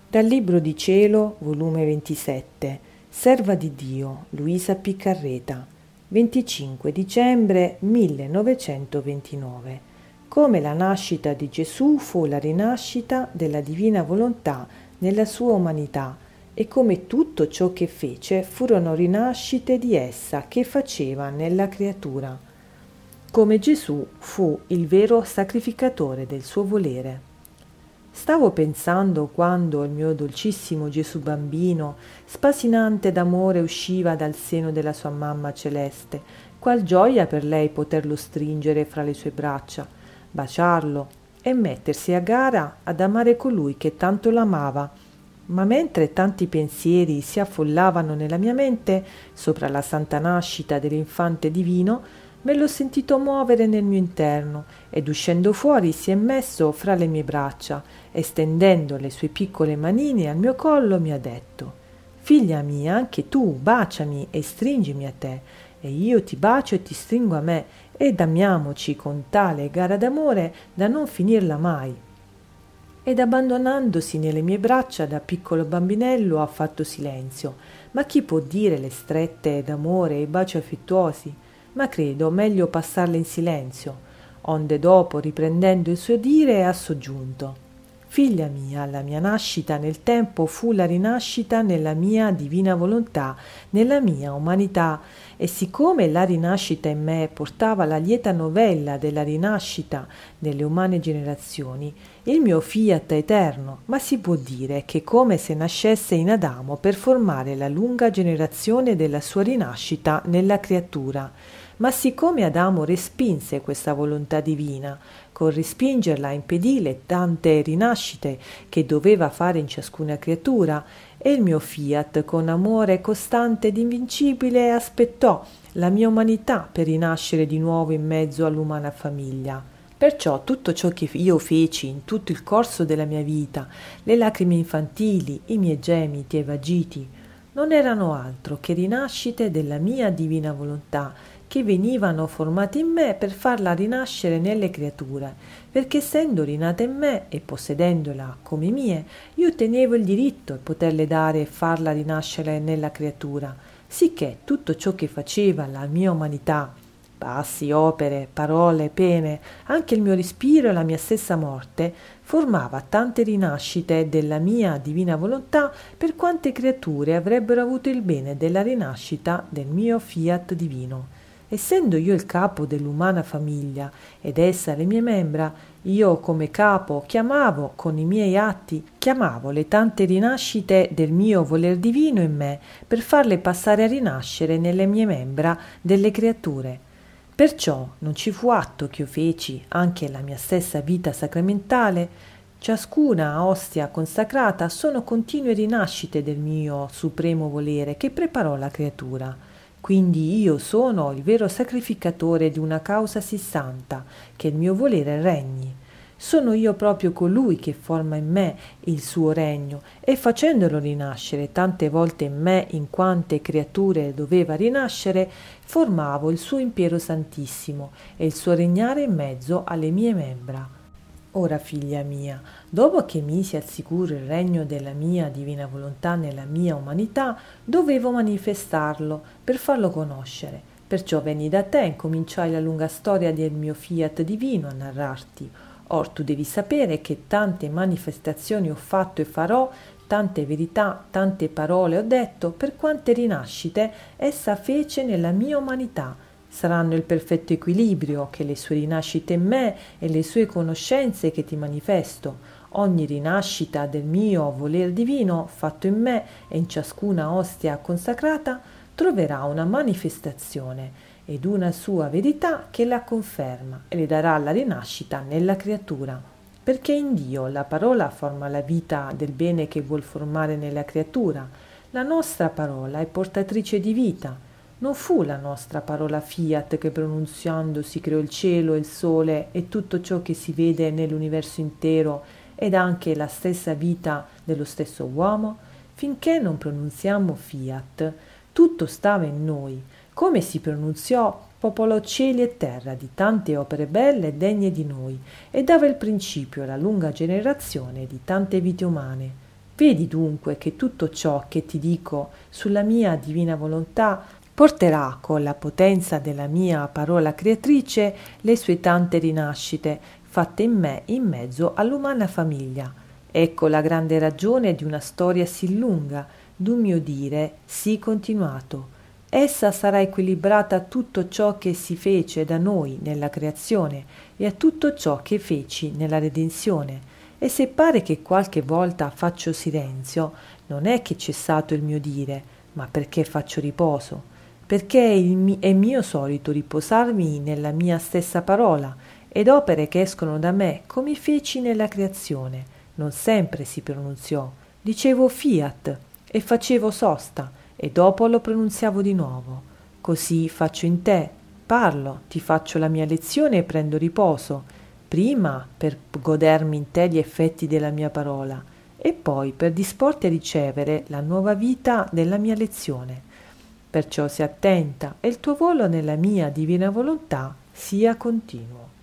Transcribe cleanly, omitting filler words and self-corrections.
Dal Libro di Cielo, volume 27, Serva di Dio, Luisa Piccarreta, 25 dicembre 1929. Come la nascita di Gesù fu la rinascita della divina volontà nella sua umanità e come tutto ciò che fece furono rinascite di essa che faceva nella creatura. Come Gesù fu il vero sacrificatore del suo volere. Stavo pensando quando il mio dolcissimo Gesù bambino, spasinante d'amore, usciva dal seno della sua mamma celeste, qual gioia per lei poterlo stringere fra le sue braccia, baciarlo e mettersi a gara ad amare colui che tanto l'amava. Ma mentre tanti pensieri si affollavano nella mia mente sopra la santa nascita dell'infante divino, me l'ho sentito muovere nel mio interno ed uscendo fuori si è messo fra le mie braccia e stendendo le sue piccole manine al mio collo mi ha detto: «Figlia mia, anche tu baciami e stringimi a te, e io ti bacio e ti stringo a me, ed amiamoci con tale gara d'amore da non finirla mai». Ed abbandonandosi nelle mie braccia da piccolo bambinello ha fatto silenzio. Ma chi può dire le strette d'amore e i baci affettuosi? Ma credo meglio passarle in silenzio. Onde dopo, riprendendo il suo dire, ha soggiunto: «Figlia mia, la mia nascita nel tempo fu la rinascita nella mia divina volontà, nella mia umanità, e siccome la rinascita in me portava la lieta novella della rinascita nelle umane generazioni, il mio fiat eterno, ma si può dire che come se nascesse in Adamo per formare la lunga generazione della sua rinascita nella creatura. Ma siccome Adamo respinse questa volontà divina, col respingerla impedì le tante rinascite che doveva fare in ciascuna creatura, e il mio fiat con amore costante ed invincibile aspettò la mia umanità per rinascere di nuovo in mezzo all'umana famiglia. Perciò tutto ciò che io feci in tutto il corso della mia vita, le lacrime infantili, i miei gemiti e vagiti, non erano altro che rinascite della mia divina volontà, che venivano formate in me per farla rinascere nelle creature, perché essendo rinata in me e possedendola come mie, io tenevo il diritto di poterle dare e farla rinascere nella creatura, sicché tutto ciò che faceva la mia umanità, passi, opere, parole, pene, anche il mio respiro e la mia stessa morte, formava tante rinascite della mia divina volontà per quante creature avrebbero avuto il bene della rinascita del mio fiat divino. Essendo io il capo dell'umana famiglia ed essa le mie membra, io come capo chiamavo con i miei atti, chiamavo le tante rinascite del mio voler divino in me per farle passare a rinascere nelle mie membra delle creature. Perciò non ci fu atto che io feci anche la mia stessa vita sacramentale. Ciascuna ostia consacrata sono continue rinascite del mio supremo volere che preparò la creatura. Quindi io sono il vero sacrificatore di una causa sì santa, che il mio volere regni. Sono io proprio colui che forma in me il suo regno e facendolo rinascere tante volte in me in quante creature doveva rinascere, formavo il suo impero santissimo e il suo regnare in mezzo alle mie membra. Ora, figlia mia, dopo che misi al sicuro il regno della mia divina volontà nella mia umanità, dovevo manifestarlo per farlo conoscere. Perciò venni da te e incominciai la lunga storia del mio fiat divino a narrarti. Or tu devi sapere che tante manifestazioni ho fatto e farò, tante verità, tante parole ho detto, per quante rinascite essa fece nella mia umanità. Saranno il perfetto equilibrio che le sue rinascite in me e le sue conoscenze che ti manifesto. Ogni rinascita del mio voler divino fatto in me e in ciascuna ostia consacrata troverà una manifestazione ed una sua verità che la conferma e le darà la rinascita nella creatura. Perché in Dio la parola forma la vita del bene che vuol formare nella creatura. La nostra parola è portatrice di vita. Non fu la nostra parola fiat che pronunziandosi creò il cielo e il sole e tutto ciò che si vede nell'universo intero ed anche la stessa vita dello stesso uomo? Finché non pronunziamo fiat, tutto stava in noi. Come si pronunziò, popolò cieli e terra di tante opere belle e degne di noi e dava il principio alla lunga generazione di tante vite umane. Vedi dunque che tutto ciò che ti dico sulla mia divina volontà porterà con la potenza della mia parola creatrice le sue tante rinascite, fatte in me in mezzo all'umana famiglia. Ecco la grande ragione di una storia sì lunga, d'un mio dire sì continuato. Essa sarà equilibrata a tutto ciò che si fece da noi nella creazione e a tutto ciò che feci nella redenzione. E se pare che qualche volta faccio silenzio, non è che è cessato il mio dire, ma perché faccio riposo, perché è mio solito riposarmi nella mia stessa parola, ed opere che escono da me come feci nella creazione. Non sempre si pronunziò, dicevo fiat e facevo sosta, e dopo lo pronunziavo di nuovo. Così faccio in te, parlo, ti faccio la mia lezione e prendo riposo, prima per godermi in te gli effetti della mia parola e poi per disporti a ricevere la nuova vita della mia lezione. Perciò sii attenta e il tuo volo nella mia divina volontà sia continuo.